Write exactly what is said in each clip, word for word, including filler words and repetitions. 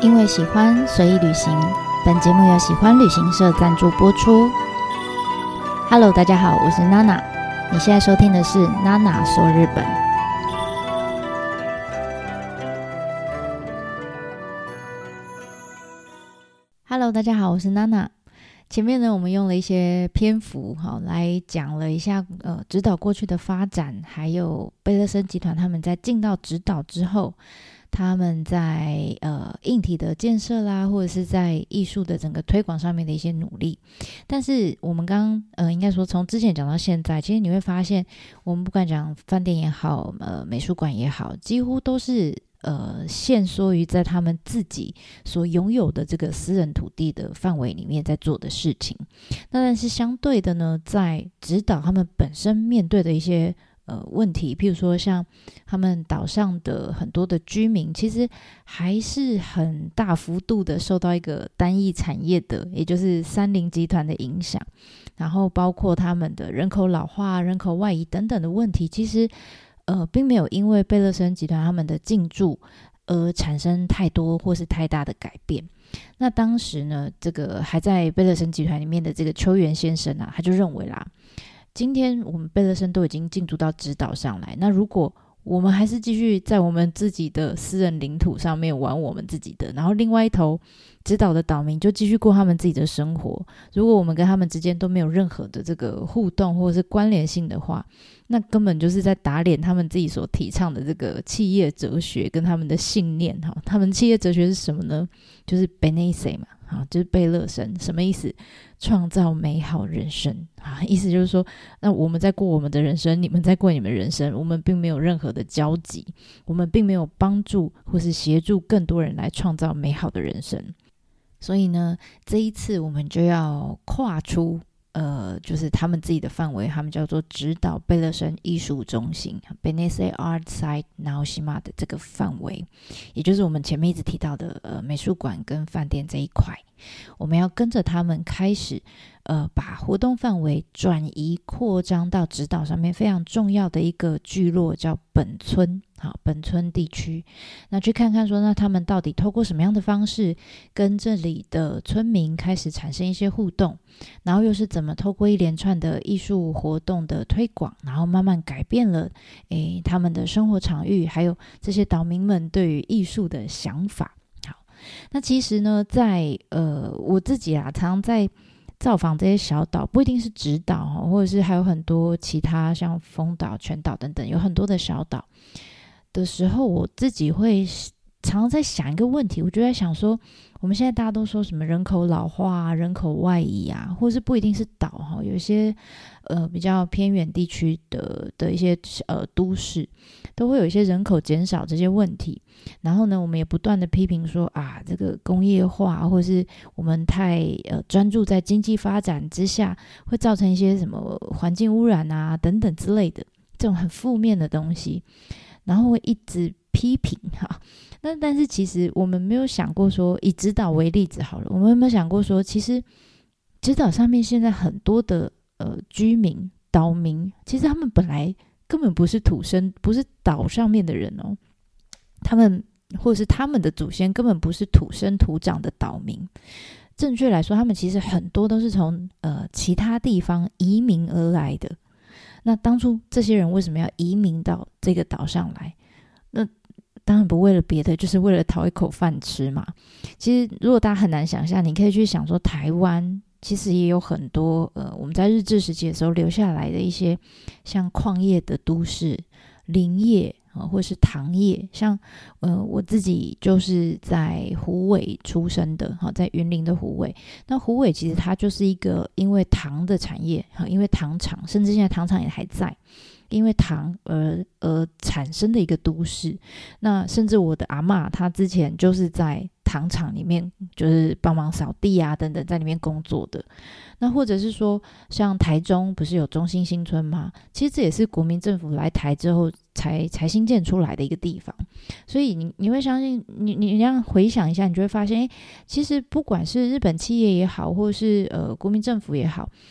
因为喜欢随意旅行，本节目由喜欢旅行社赞助播出。Hello， 大家好，我是娜娜，你现在收听的是娜娜说日本。Hello， 大家好，我是娜娜。前面呢，我们用了一些篇幅好来讲了一下呃直岛过去的发展，还有贝勒森集团他们在进到直岛之后，他们在呃硬体的建设啦，或者是在艺术的整个推广上面的一些努力。但是我们刚刚呃应该说从之前讲到现在，其实你会发现，我们不管讲饭店也好，呃美术馆也好，几乎都是呃限缩于在他们自己所拥有的这个私人土地的范围里面在做的事情。那但是相对的呢，在直岛他们本身面对的一些呃问题，譬如说像他们岛上的很多的居民，其实还是很大幅度的受到一个单一产业的，也就是三菱集团的影响，然后包括他们的人口老化、人口外移等等的问题，其实呃并没有因为贝勒森集团他们的进驻而产生太多或是太大的改变。那当时呢，这个还在贝勒森集团里面的这个秋元先生啊，他就认为啦，今天我们贝勒森都已经进驻到直岛上来，那如果我们还是继续在我们自己的私人领土上面玩我们自己的，然后另外一头直岛的岛民就继续过他们自己的生活，如果我们跟他们之间都没有任何的这个互动或者是关联性的话，那根本就是在打脸他们自己所提倡的这个企业哲学跟他们的信念。他们企业哲学是什么呢？就是 Benesse 嘛，就是贝勒森。什么意思？创造美好人生啊，意思就是说，那我们在过我们的人生，你们在过你们人生，我们并没有任何的交集，我们并没有帮助或是协助更多人来创造美好的人生。所以呢，这一次我们就要跨出呃，就是他们自己的范围，他们叫做直岛贝勒森艺术中心 Benesse Art Site Naoshima 的这个范围，也就是我们前面一直提到的呃美术馆跟饭店这一块，我们要跟着他们开始呃把活动范围转移扩张到直岛上面非常重要的一个聚落，叫本村。好，本村地区，那去看看说，那他们到底透过什么样的方式跟这里的村民开始产生一些互动，然后又是怎么透过一连串的艺术活动的推广，然后慢慢改变了诶他们的生活场域，还有这些岛民们对于艺术的想法。好，那其实呢，在呃我自己啊，常常在造访这些小岛，不一定是直岛，或者是还有很多其他像丰岛、全岛等等，有很多的小岛的时候，我自己会常常在想一个问题，我就在想说，我们现在大家都说什么人口老化啊、人口外移啊，或是不一定是岛哈，有一些呃比较偏远地区的的一些呃都市，都会有一些人口减少这些问题。然后呢，我们也不断的批评说啊，这个工业化，或是我们太呃专注在经济发展之下，会造成一些什么环境污染啊等等之类的这种很负面的东西。然后会一直批评哈，那但是其实我们没有想过说，以直岛为例子好了，我们有没有想过说，其实直岛上面现在很多的呃居民岛民，其实他们本来根本不是土生，不是岛上面的人哦，他们或者是他们的祖先根本不是土生土长的岛民。正确来说，他们其实很多都是从呃其他地方移民而来的。那当初这些人为什么要移民到这个岛上来？那当然不为了别的，就是为了讨一口饭吃嘛。其实如果大家很难想象，你可以去想说，台湾其实也有很多呃我们在日治时期的时候留下来的一些像矿业的都市、林业啊，或是糖业，像呃我自己就是在虎尾出生的，在云林的虎尾。那虎尾其实它就是一个因为糖的产业，因为糖厂，甚至现在糖厂也还在，因为糖而而产生的一个都市。那甚至我的阿嬷她之前就是在糖厂里面就是帮忙扫地啊等等，在里面工作的。那或者是说像台中不是有中心新村吗？其实这也是国民政府来台之后才才新建出来的一个地方。所以你你会相信，你你这样回想一下，你就会发现，诶，其实不管是日本企业也好，或是呃国民政府也好，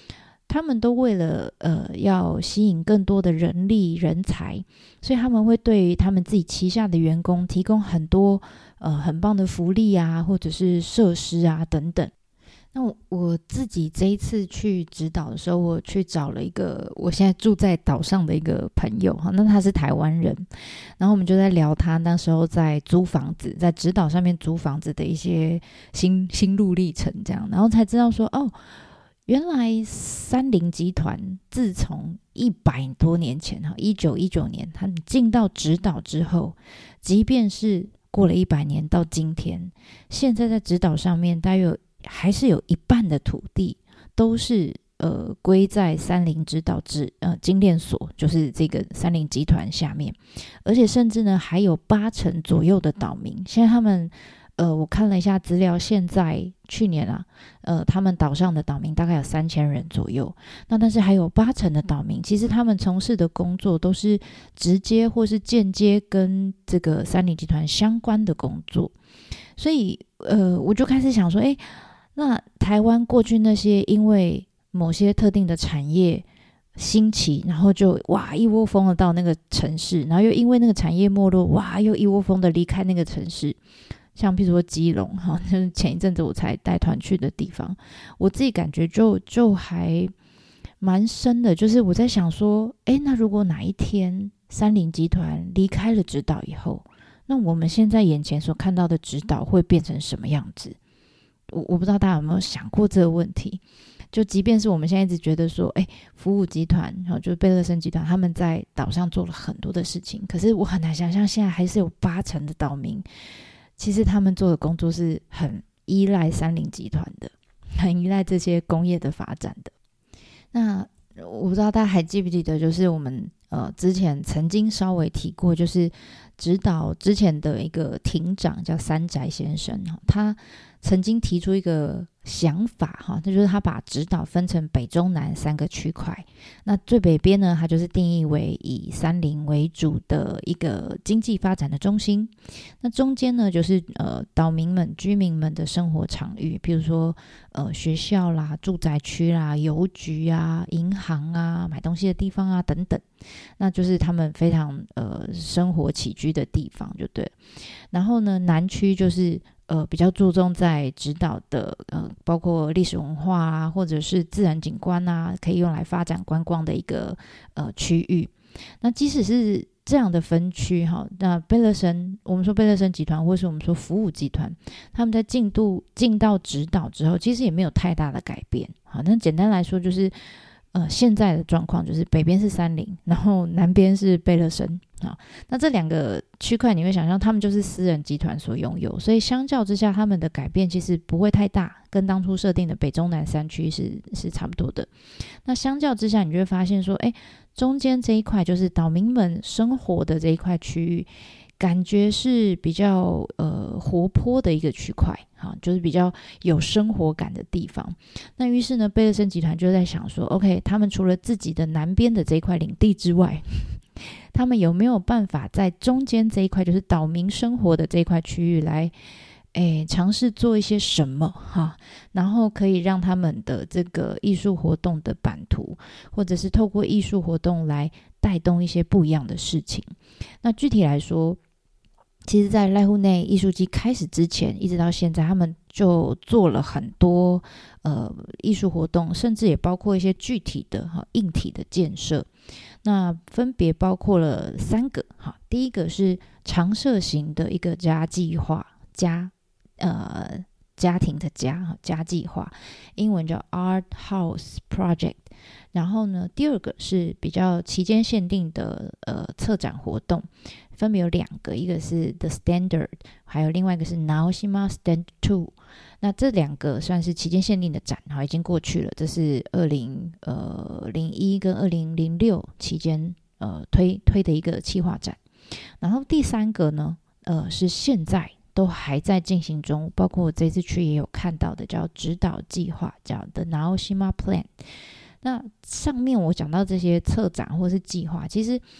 他们都为了呃要吸引更多的人力人才，所以他们会对于他们自己旗下的员工提供很多呃很棒的福利啊，或者是设施啊等等。那 我, 我自己这一次去指导的时候，我去找了一个我现在住在岛上的一个朋友，那他是台湾人，然后我们就在聊他那时候在租房子，在指导上面租房子的一些心心路历程这样，然后才知道说哦，原来三菱集团自从一百多年前一九一九年他们进到指导之后，即便是过了一百年到今天，现在在指导上面大约有还是有一半的土地都是呃归在三菱指导制呃精炼所，就是这个三菱集团下面，而且甚至呢还有八成左右的岛民，现在他们呃我看了一下资料，现在去年啊呃他们岛上的岛民大概有三千人左右，那但是还有八成的岛民其实他们从事的工作都是直接或是间接跟这个三菱集团相关的工作，所以呃我就开始想说，诶，那台湾过去那些因为某些特定的产业兴起，然后就哇一窝蜂的到那个城市，然后又因为那个产业没落，哇又一窝蜂的离开那个城市，像譬如说基隆哈，就是前一阵子我才带团去的地方，我自己感觉就就还蛮深的，就是我在想说，诶，那如果哪一天三菱集团离开了指导以后，那我们现在眼前所看到的指导会变成什么样子？我我不知道大家有没有想过这个问题，就即便是我们现在一直觉得说，哎，服务集团就是贝乐森集团他们在岛上做了很多的事情，可是我很难想象现在还是有八成的岛民其实他们做的工作是很依赖三菱集团的，很依赖这些工业的发展的。那我不知道大家还记不记得，就是我们呃之前曾经稍微提过，就是指导之前的一个庭长叫三宅先生，他曾经提出一个想法哈，那就是他把指导分成北中南三个区块。那最北边呢，它就是定义为以三菱为主的一个经济发展的中心。那中间呢，就是呃岛民们、居民们的生活场域，比如说呃学校啦、住宅区啦、邮局啊、银行啊、买东西的地方啊等等。那就是他们非常呃生活起居的地方，就对了。然后呢，南区就是呃比较注重在指导的呃包括历史文化啊，或者是自然景观啊，可以用来发展观光的一个呃区域。那即使是这样的分区哈，那贝乐森，我们说贝乐森集团，或是我们说服务集团，他们在进度进到指导之后，其实也没有太大的改变。好，那简单来说就是。呃，现在的状况就是北边是三菱，然后南边是贝乐森啊。那这两个区块你会想象他们就是私人集团所拥有，所以相较之下他们的改变其实不会太大，跟当初设定的北中南三区是是差不多的。那相较之下你就会发现说，哎，中间这一块就是岛民们生活的这一块区域，感觉是比较呃活泼的一个区块，哈，就是比较有生活感的地方。那于是呢，贝乐森集团就在想说 ，OK， 他们除了自己的南边的这一块领地之外，他们有没有办法在中间这一块，就是岛民生活的这一块区域来，诶，尝试做一些什么哈，然后可以让他们的这个艺术活动的版图，或者是透过艺术活动来带动一些不一样的事情。那具体来说，其实在濑户内艺术季开始之前一直到现在，他们就做了很多呃艺术活动，甚至也包括一些具体的硬体的建设。那分别包括了三个，第一个是常设型的一个家计划，家呃家庭的家家计划，英文叫 Art House Project。然后呢，第二个是比较期间限定的呃策展活动，分别有两个，一个是 The Standard， 还有另外一个是 Naoshima Stand 二。那这两个算是期间限定的展，好，已经过去了，这是二零零一跟二零零六期间呃推推的一个企划展。然后第三个呢，呃是现在都还在进行中，包括我这次去也有看到的，叫指导计划，叫 The Naoshima Plan。那上面我讲到这些策展或是计划，其实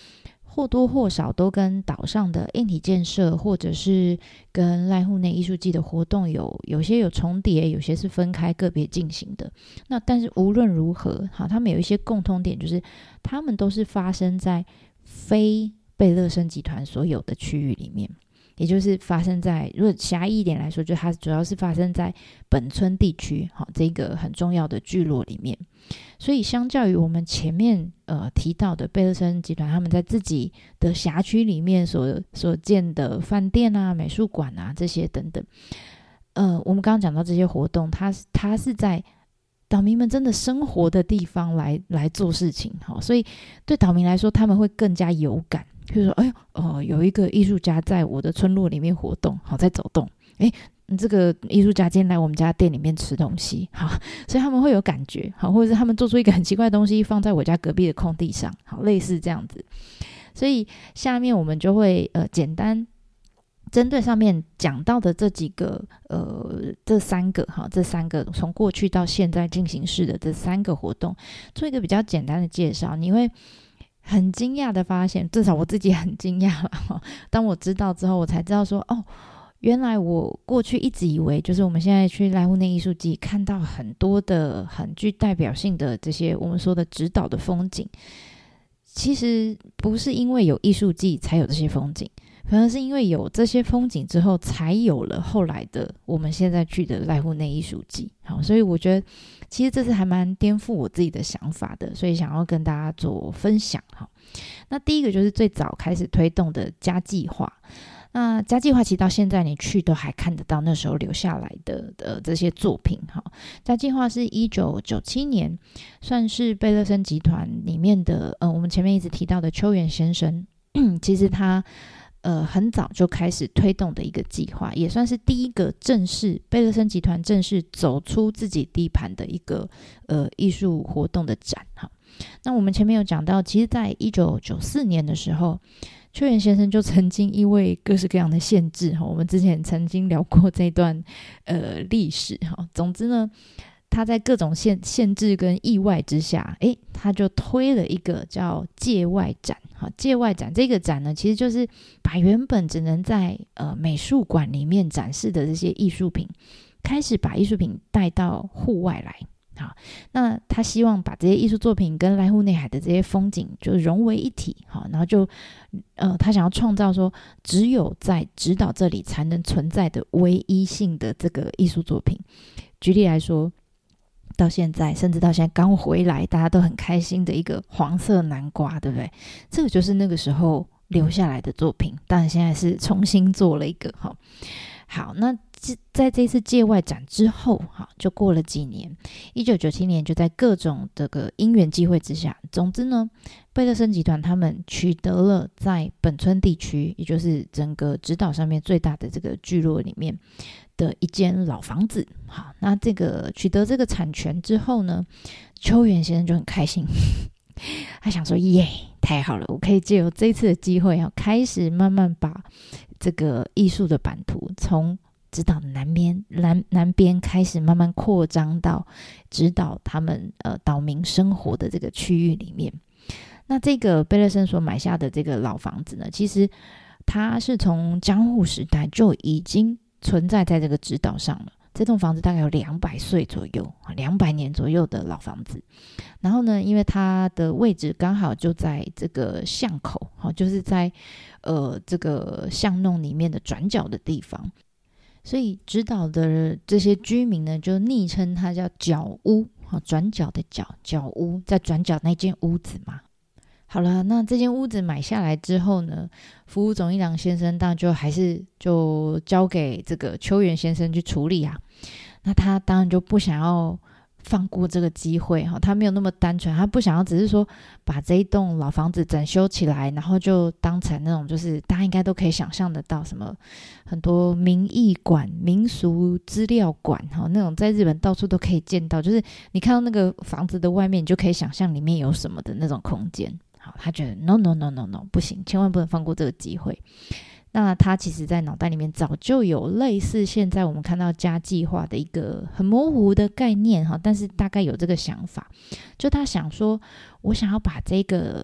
或多或少都跟岛上的硬体建设，或者是跟濑户内艺术季的活动有有些有重叠，有些是分开个别进行的。那但是无论如何，好，他们有一些共通点，就是他们都是发生在非贝乐生集团所有的区域里面。也就是发生在，如果狭义一点来说，就它主要是发生在本村地区，好，这个很重要的聚落里面。所以相较于我们前面呃提到的贝乐森集团他们在自己的辖区里面所所建的饭店啊、美术馆啊这些等等，呃，我们刚刚讲到这些活动，它它是在岛民们真的生活的地方来来做事情，好，所以对岛民来说，他们会更加有感。比如说，哎呦，哦，有一个艺术家在我的村落里面活动，好，在走动，哎，这个艺术家今天来我们家店里面吃东西，好，所以他们会有感觉，好，或者是他们做出一个很奇怪的东西放在我家隔壁的空地上，好，类似这样子。所以下面我们就会呃简单针对上面讲到的这几个呃这三个哈这三个从过去到现在进行式的这三个活动，做一个比较简单的介绍，你会很惊讶的发现，至少我自己很惊讶了。当我知道之后，我才知道说，哦，原来我过去一直以为，就是我们现在去濑户内艺术季看到很多的很具代表性的这些我们说的直岛的风景，其实不是因为有艺术季才有这些风景，反而是因为有这些风景之后，才有了后来的我们现在去的濑户内艺术季。好，所以我觉得其实这是还蛮颠覆我自己的想法的，所以想要跟大家做分享。好，那第一个就是最早开始推动的家计划。那家计划其实到现在你去都还看得到那时候留下来的的这些作品。好，家计划是一九九七年，算是贝乐森集团里面的呃，我们前面一直提到的秋元先生，其实他呃很早就开始推动的一个计划，也算是第一个正式贝乐森集团正式走出自己地盘的一个呃艺术活动的展。好，那我们前面有讲到，其实在一九九四年的时候，秋元先生就曾经因为各式各样的限制，我们之前曾经聊过这段呃历史。总之呢，他在各种限限制跟意外之下，诶，他就推了一个叫界外展。好，界外展这个展呢，其实就是把原本只能在呃美术馆里面展示的这些艺术品，开始把艺术品带到户外来。好，那他希望把这些艺术作品跟濑户内海的这些风景就融为一体。好，然后就呃，他想要创造说只有在直岛这里才能存在的唯一性的这个艺术作品。举例来说，到现在甚至到现在刚回来大家都很开心的一个黄色南瓜，对不对？这个就是那个时候留下来的作品，当然现在是重新做了一个。好，好，那在这次界外展之后，好，就过了几年，一九九七年就在各种这个因缘际会之下，总之呢，贝乐森集团他们取得了在本村地区，也就是整个直岛上面最大的这个聚落里面的一间老房子。好，那这个取得这个产权之后呢，秋元先生就很开心，他想说，耶，太好了，我可以借由这一次的机会，开始慢慢把这个艺术的版图从直岛的南边南南边开始慢慢扩张到直岛他们呃岛民生活的这个区域里面。那这个贝乐森所买下的这个老房子呢，其实它是从江户时代就已经存在在这个直岛上了。这栋房子大概有两百岁左右，两百年左右的老房子。然后呢，因为它的位置刚好就在这个巷口，就是在呃这个巷弄里面的转角的地方，所以直岛的这些居民呢，就昵称它叫角屋，转角的角，角屋，在转角那间屋子嘛。好了，那这间屋子买下来之后呢，服务总一郎先生当然就还是就交给这个秋元先生去处理啊。那他当然就不想要放过这个机会，他没有那么单纯，他不想要只是说把这一栋老房子整修起来，然后就当成那种就是大家应该都可以想象得到什么很多民艺馆、民俗资料馆，那种在日本到处都可以见到，就是你看到那个房子的外面，你就可以想象里面有什么的那种空间。好，他觉得 no no no no no 不行，千万不能放过这个机会。那他其实在脑袋里面早就有类似现在我们看到家计划的一个很模糊的概念，但是大概有这个想法，就他想说我想要把这个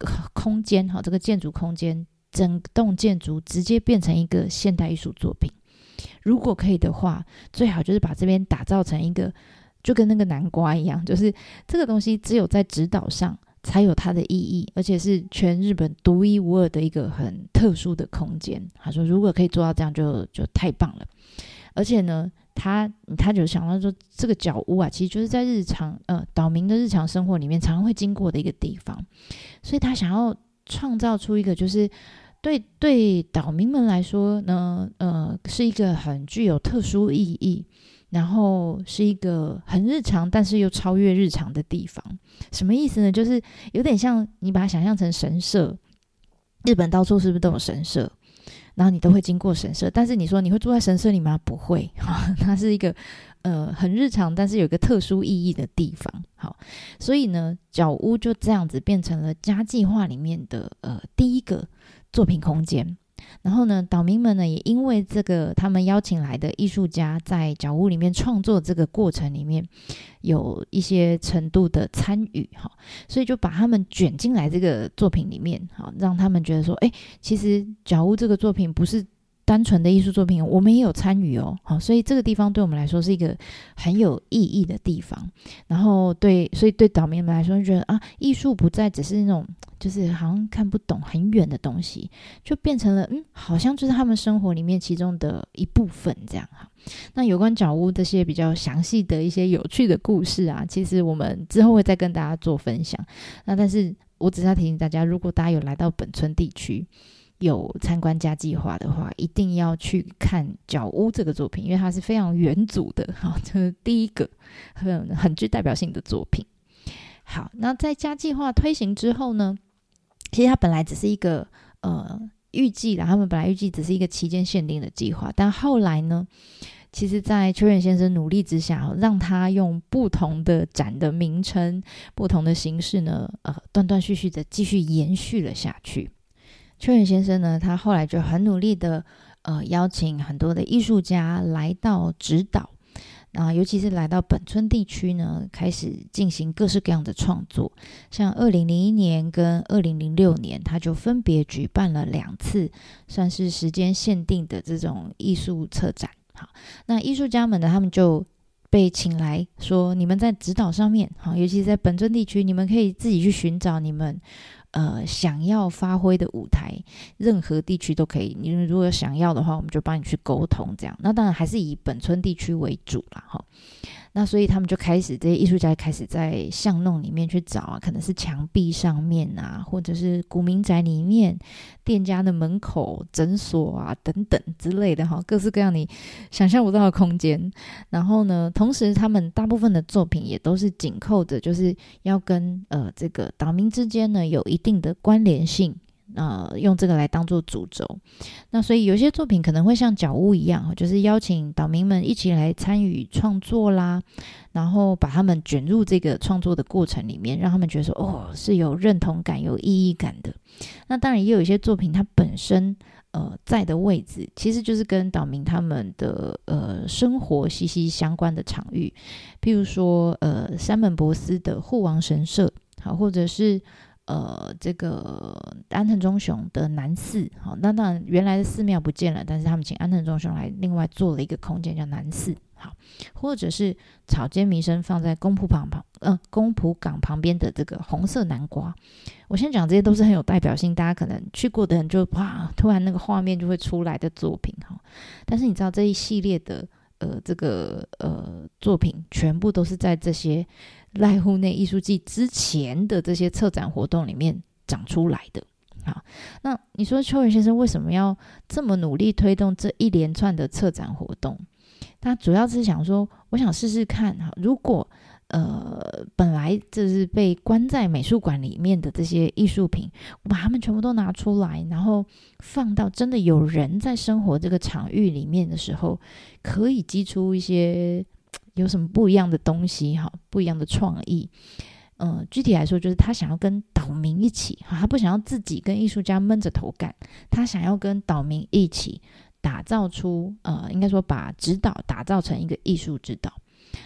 空间这个建筑空间，整栋建筑直接变成一个现代艺术作品。如果可以的话，最好就是把这边打造成一个就跟那个南瓜一样，就是这个东西只有在指导上才有它的意义，而且是全日本独一无二的一个很特殊的空间。他说如果可以做到这样就就太棒了。而且呢他他就想到说，这个角屋啊其实就是在日常呃岛民的日常生活里面常常会经过的一个地方，所以他想要创造出一个就是对对岛民们来说呢呃是一个很具有特殊意义，然后是一个很日常但是又超越日常的地方。什么意思呢？就是有点像你把它想象成神社，日本到处是不是都有神社，然后你都会经过神社，但是你说你会住在神社里吗？不会，它是一个呃很日常但是有一个特殊意义的地方。好，所以呢角屋就这样子变成了家计划里面的呃第一个作品空间。然后呢岛民们呢也因为这个他们邀请来的艺术家在角屋里面创作这个过程里面有一些程度的参与，所以就把他们卷进来这个作品里面，让他们觉得说哎，其实角屋这个作品不是单纯的艺术作品，我们也有参与哦。好，所以这个地方对我们来说是一个很有意义的地方。然后对，所以对岛民们来说就觉得啊，艺术不再只是那种就是好像看不懂很远的东西，就变成了嗯，好像就是他们生活里面其中的一部分这样。那有关角屋这些比较详细的一些有趣的故事啊，其实我们之后会再跟大家做分享。那但是我只是要提醒大家，如果大家有来到本村地区有参观家计划的话，一定要去看角屋这个作品，因为它是非常元祖的，这是第一个 很, 很具代表性的作品。好，那在家计划推行之后呢，其实它本来只是一个呃预计啦，他们本来预计只是一个期间限定的计划，但后来呢其实在秋元先生努力之下，让他用不同的展的名称不同的形式呢呃，断断续续的继续延续了下去。秋元先生呢他后来就很努力的呃邀请很多的艺术家来到指导，那尤其是来到本村地区呢，开始进行各式各样的创作。像二零零一年跟二零零六年，他就分别举办了两次算是时间限定的这种艺术策展。好，那艺术家们呢他们就被请来说，你们在指导上面，好，尤其是在本村地区，你们可以自己去寻找你们呃想要发挥的舞台，任何地区都可以，你如果想要的话我们就帮你去沟通这样。那当然还是以本村地区为主啦齁。那所以他们就开始，这些艺术家开始在巷弄里面去找啊，可能是墙壁上面啊，或者是古民宅里面店家的门口、诊所啊等等之类的齁，各式各样你想象不到的空间。然后呢同时他们大部分的作品也都是紧扣着就是要跟呃这个岛民之间呢有一定的关联性，呃，用这个来当做主轴。那所以有些作品可能会像角屋一样，就是邀请岛民们一起来参与创作啦，然后把他们卷入这个创作的过程里面，让他们觉得说哦是有认同感有意义感的。那当然也有一些作品它本身呃在的位置其实就是跟岛民他们的呃生活息息相关的场域，譬如说呃山本博司的护王神社，好，或者是呃，这个安藤忠雄的南寺，好，那当然原来的寺庙不见了，但是他们请安藤忠雄来另外做了一个空间叫南寺，好，或者是草间弥生放在宫浦旁旁，呃，宫浦港旁边的这个红色南瓜。我先讲这些都是很有代表性，大家可能去过的人就哇，突然那个画面就会出来的作品，哈。但是你知道这一系列的呃这个呃作品全部都是在这些濑户内艺术季之前的这些策展活动里面长出来的。好，那你说秋元先生为什么要这么努力推动这一连串的策展活动？他主要是想说，我想试试看，如果呃本来就是被关在美术馆里面的这些艺术品，我把它们全部都拿出来，然后放到真的有人在生活这个场域里面的时候，可以激出一些有什么不一样的东西，不一样的创意。呃，具体来说就是他想要跟岛民一起，他不想要自己跟艺术家闷着头干，他想要跟岛民一起打造出呃，应该说把指导打造成一个艺术指导。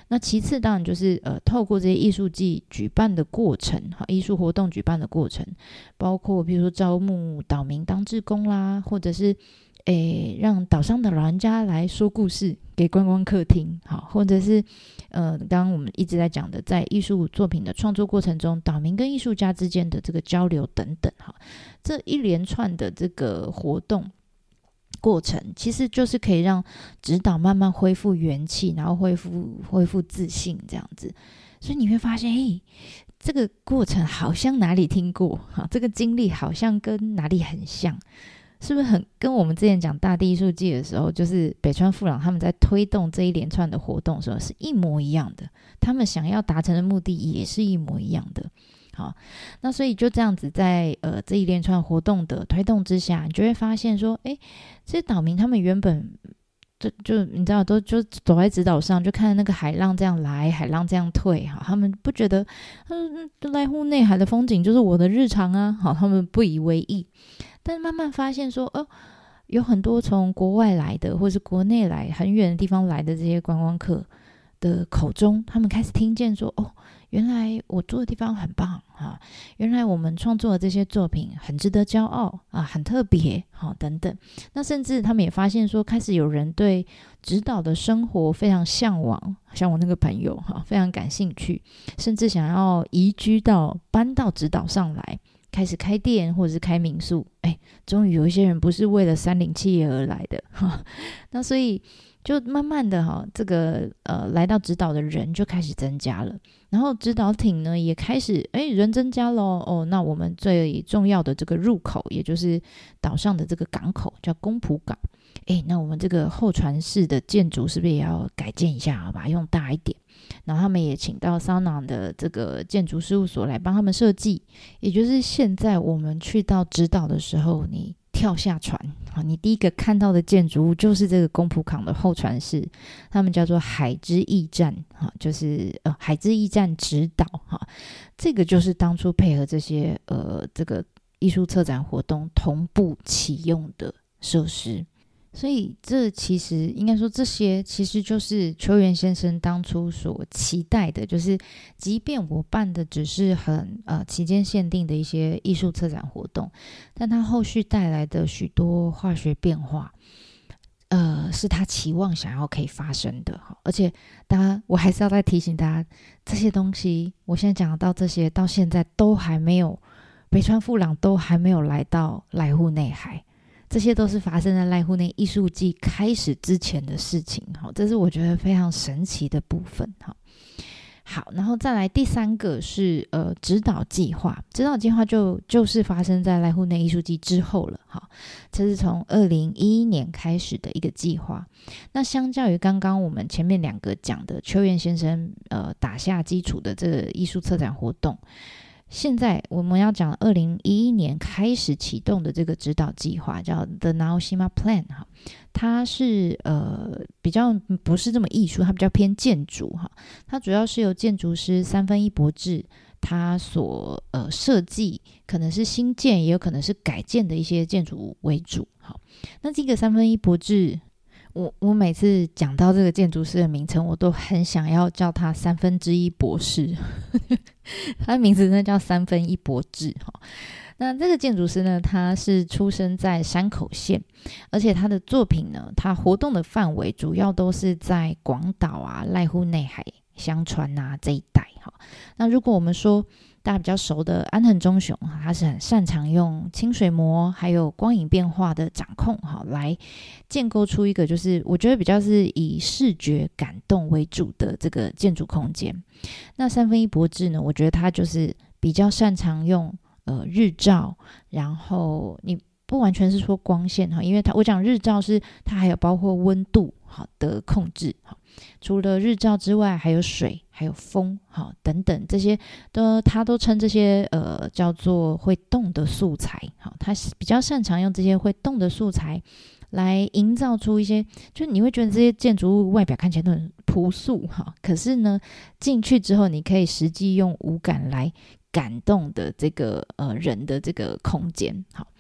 那其次当然就是呃，透过这些艺术季举办的过程，艺术活动举办的过程，包括比如说招募岛民当志工啦，或者是诶让岛上的老人家来说故事给观光客听，好，或者是呃，刚刚我们一直在讲的，在艺术作品的创作过程中，岛民跟艺术家之间的这个交流等等，哈，这一连串的这个活动过程，其实就是可以让指导慢慢恢复元气，然后恢复恢复自信这样子。所以你会发现，哎，这个过程好像哪里听过，这个经历好像跟哪里很像，是不是很跟我们之前讲大地艺术季的时候，就是北川富朗他们在推动这一连串的活动的时候是一模一样的，他们想要达成的目的也是一模一样的。好，那所以就这样子在呃这一连串活动的推动之下，你就会发现说，哎，这些岛民他们原本就就你知道都就走在直岛上，就看那个海浪这样来，海浪这样退，好，他们不觉得嗯濑户内海的风景就是我的日常啊，好，他们不以为意。但慢慢发现说，哦，有很多从国外来的，或是国内来很远的地方来的这些观光客的口中，他们开始听见说，哦，原来我住的地方很棒啊，原来我们创作的这些作品很值得骄傲啊，很特别，好，等等。那甚至他们也发现说，开始有人对直岛的生活非常向往，像我那个朋友哈，非常感兴趣，甚至想要移居到搬到直岛上来，开始开店或者是开民宿。哎，终于有一些人不是为了三菱企业而来的哈，那所以就慢慢的哈，这个呃来到直岛的人就开始增加了，然后直岛町呢也开始哎人增加了哦，那我们最重要的这个入口，也就是岛上的这个港口叫宫浦港，哎，那我们这个后船式的建筑是不是也要改建一下，把它用大一点？然后他们也请到桑朗的这个建筑事务所来帮他们设计，也就是现在我们去到直岛的时候，你跳下船，你第一个看到的建筑物就是这个宫浦港的候船室，他们叫做海之驿站，就是呃海之驿站直岛，这个就是当初配合这些呃这个艺术策展活动同步启用的设施。所以这其实应该说，这些其实就是秋元先生当初所期待的，就是即便我办的只是很呃期间限定的一些艺术策展活动，但它后续带来的许多化学变化，呃，是他期望想要可以发生的。而且大家，我还是要再提醒大家，这些东西我现在讲到这些，到现在都还没有，北川富朗都还没有来到濑户内海。这些都是发生在濑户内艺术季开始之前的事情，这是我觉得非常神奇的部分。好，然后再来第三个是呃指导计划，指导计划就就是发生在濑户内艺术季之后了。好，这是从二零一一年开始的一个计划。那相较于刚刚我们前面两个讲的秋元先生呃打下基础的这个艺术策展活动，现在我们要讲二零一一年开始启动的这个指导计划叫 The Naoshima Plan， 它是呃比较不是这么艺术，它比较偏建筑哈。它主要是由建筑师三分一博志他所呃设计，可能是新建也有可能是改建的一些建筑物为主。好，那这个三分一博志，我我每次讲到这个建筑师的名称，我都很想要叫他三分之一博士他的名字呢叫三分一博志。那这个建筑师呢，他是出生在山口县，而且他的作品呢，他活动的范围主要都是在广岛啊、濑户内海、香川啊这一带。那如果我们说大家比较熟的安藤忠雄，他是很擅长用清水模还有光影变化的掌控来建构出一个就是我觉得比较是以视觉感动为主的这个建筑空间。那三分一博志呢，我觉得他就是比较擅长用呃日照，然后你不完全是说光线，因为他我讲日照是它还有包括温度好的控制，除了日照之外还有水还有风好等等，这些都他都称这些呃叫做会动的素材。好，他比较擅长用这些会动的素材来营造出一些，就你会觉得这些建筑物外表看起来都很朴素哈，可是呢进去之后你可以实际用五感来感动的这个呃人的这个空间。好，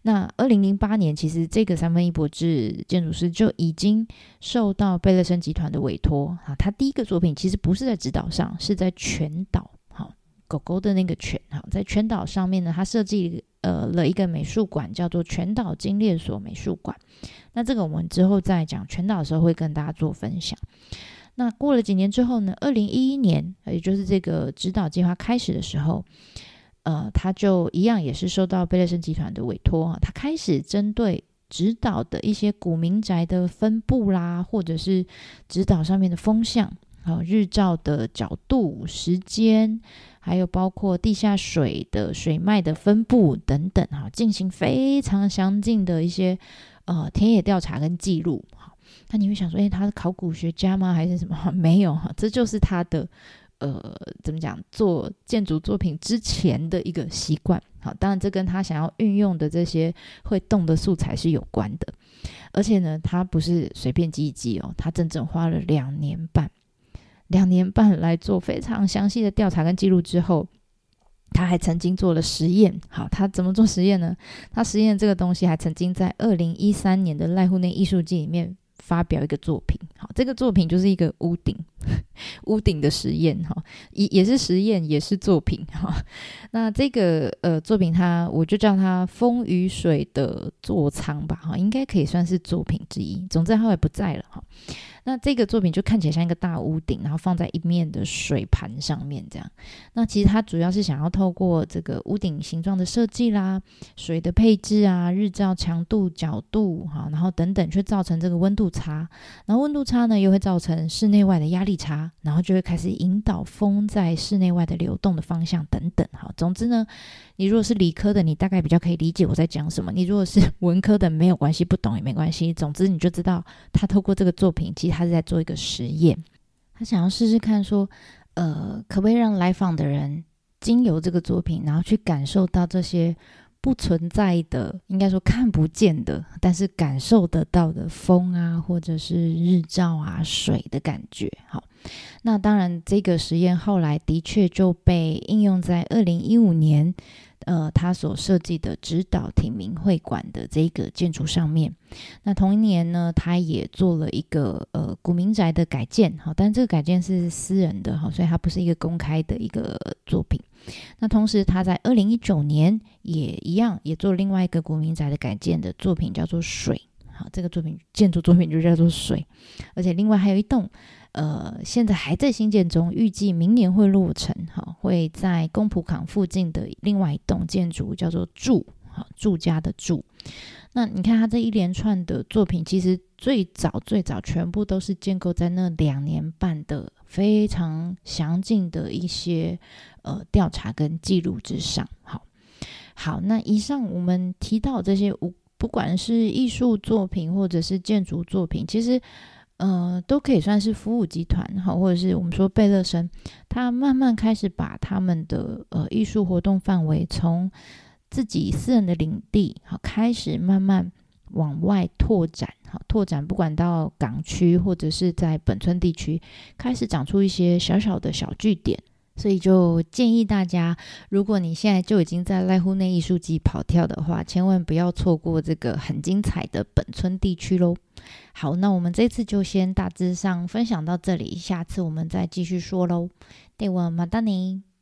那二零零八年，其实这个三分一博志建筑师就已经受到贝勒森集团的委托啊，他第一个作品其实不是在直岛上，是在全岛，好，狗狗的那个犬，好，在全岛上面呢，他设计呃了一个美术馆，叫做全岛精炼所美术馆。那这个我们之后在讲全岛的时候会跟大家做分享。那过了几年之后呢，二零一一年，也就是这个指导计划开始的时候，呃，他就一样也是受到贝勒森集团的委托，他开始针对指导的一些古民宅的分布啦，或者是指导上面的风向，日照的角度、时间，还有包括地下水的水脉的分布等等，进行非常详尽的一些呃田野调查跟记录。那你会想说，诶，他是考古学家吗？还是什么？没有，这就是他的呃，怎么讲，做建筑作品之前的一个习惯。好，当然这跟他想要运用的这些会动的素材是有关的。而且呢，他不是随便记一记哦，他整整花了两年半，两年半来做非常详细的调查跟记录之后，他还曾经做了实验。好，他怎么做实验呢？他实验这个东西还曾经在二零一三年的濑户内艺术季里面发表一个作品。好，这个作品就是一个屋顶屋顶的实验，也也是实验也是作品。那这个呃作品它我就叫它风雨水的座舱吧，应该可以算是作品之一。总之它也不在了。那这个作品就看起来像一个大屋顶，然后放在一面的水盘上面这样。那其实它主要是想要透过这个屋顶形状的设计啦，水的配置啊，日照强度、角度，然后等等，去造成这个温度差。然后温度差呢，又会造成室内外的压力差，然后就会开始引导风在室内外的流动的方向等等。好，总之呢，你如果是理科的，你大概比较可以理解我在讲什么；你如果是文科的，没有关系，不懂也没关系。总之你就知道，他透过这个作品，其实他是在做一个实验，他想要试试看说，呃，可不可以让来访的人经由这个作品，然后去感受到这些不存在的，应该说看不见的，但是感受得到的风啊，或者是日照啊、水的感觉。好，那当然这个实验后来的确就被应用在二零一五年呃，他所设计的指导町民会馆的这个建筑上面。那同一年呢，他也做了一个呃古民宅的改建，好，但这个改建是私人的，好，所以它不是一个公开的一个作品。那同时他在二零一九年也一样，也做另外一个古民宅的改建的作品，叫做水。好，这个作品建筑作品就叫做水。而且另外还有一栋呃，现在还在新建中，预计明年会落成，好，会在宫浦港附近的另外一栋建筑叫做住，好，住家的住。那你看他这一连串的作品，其实最早最早全部都是建构在那两年半的非常详尽的一些呃调查跟记录之上。好，好，那以上我们提到这些，不管是艺术作品或者是建筑作品，其实呃，都可以算是服务集团，好，或者是我们说贝勒森，他慢慢开始把他们的呃艺术活动范围从自己私人的领地，好，开始慢慢往外拓展，好，拓展不管到港区或者是在本村地区，开始长出一些小小的小据点。所以就建议大家，如果你现在就已经在濑户内艺术季跑跳的话，千万不要错过这个很精彩的本村地区咯。好，那我们这次就先大致上分享到这里，下次我们再继续说咯。ではまたね。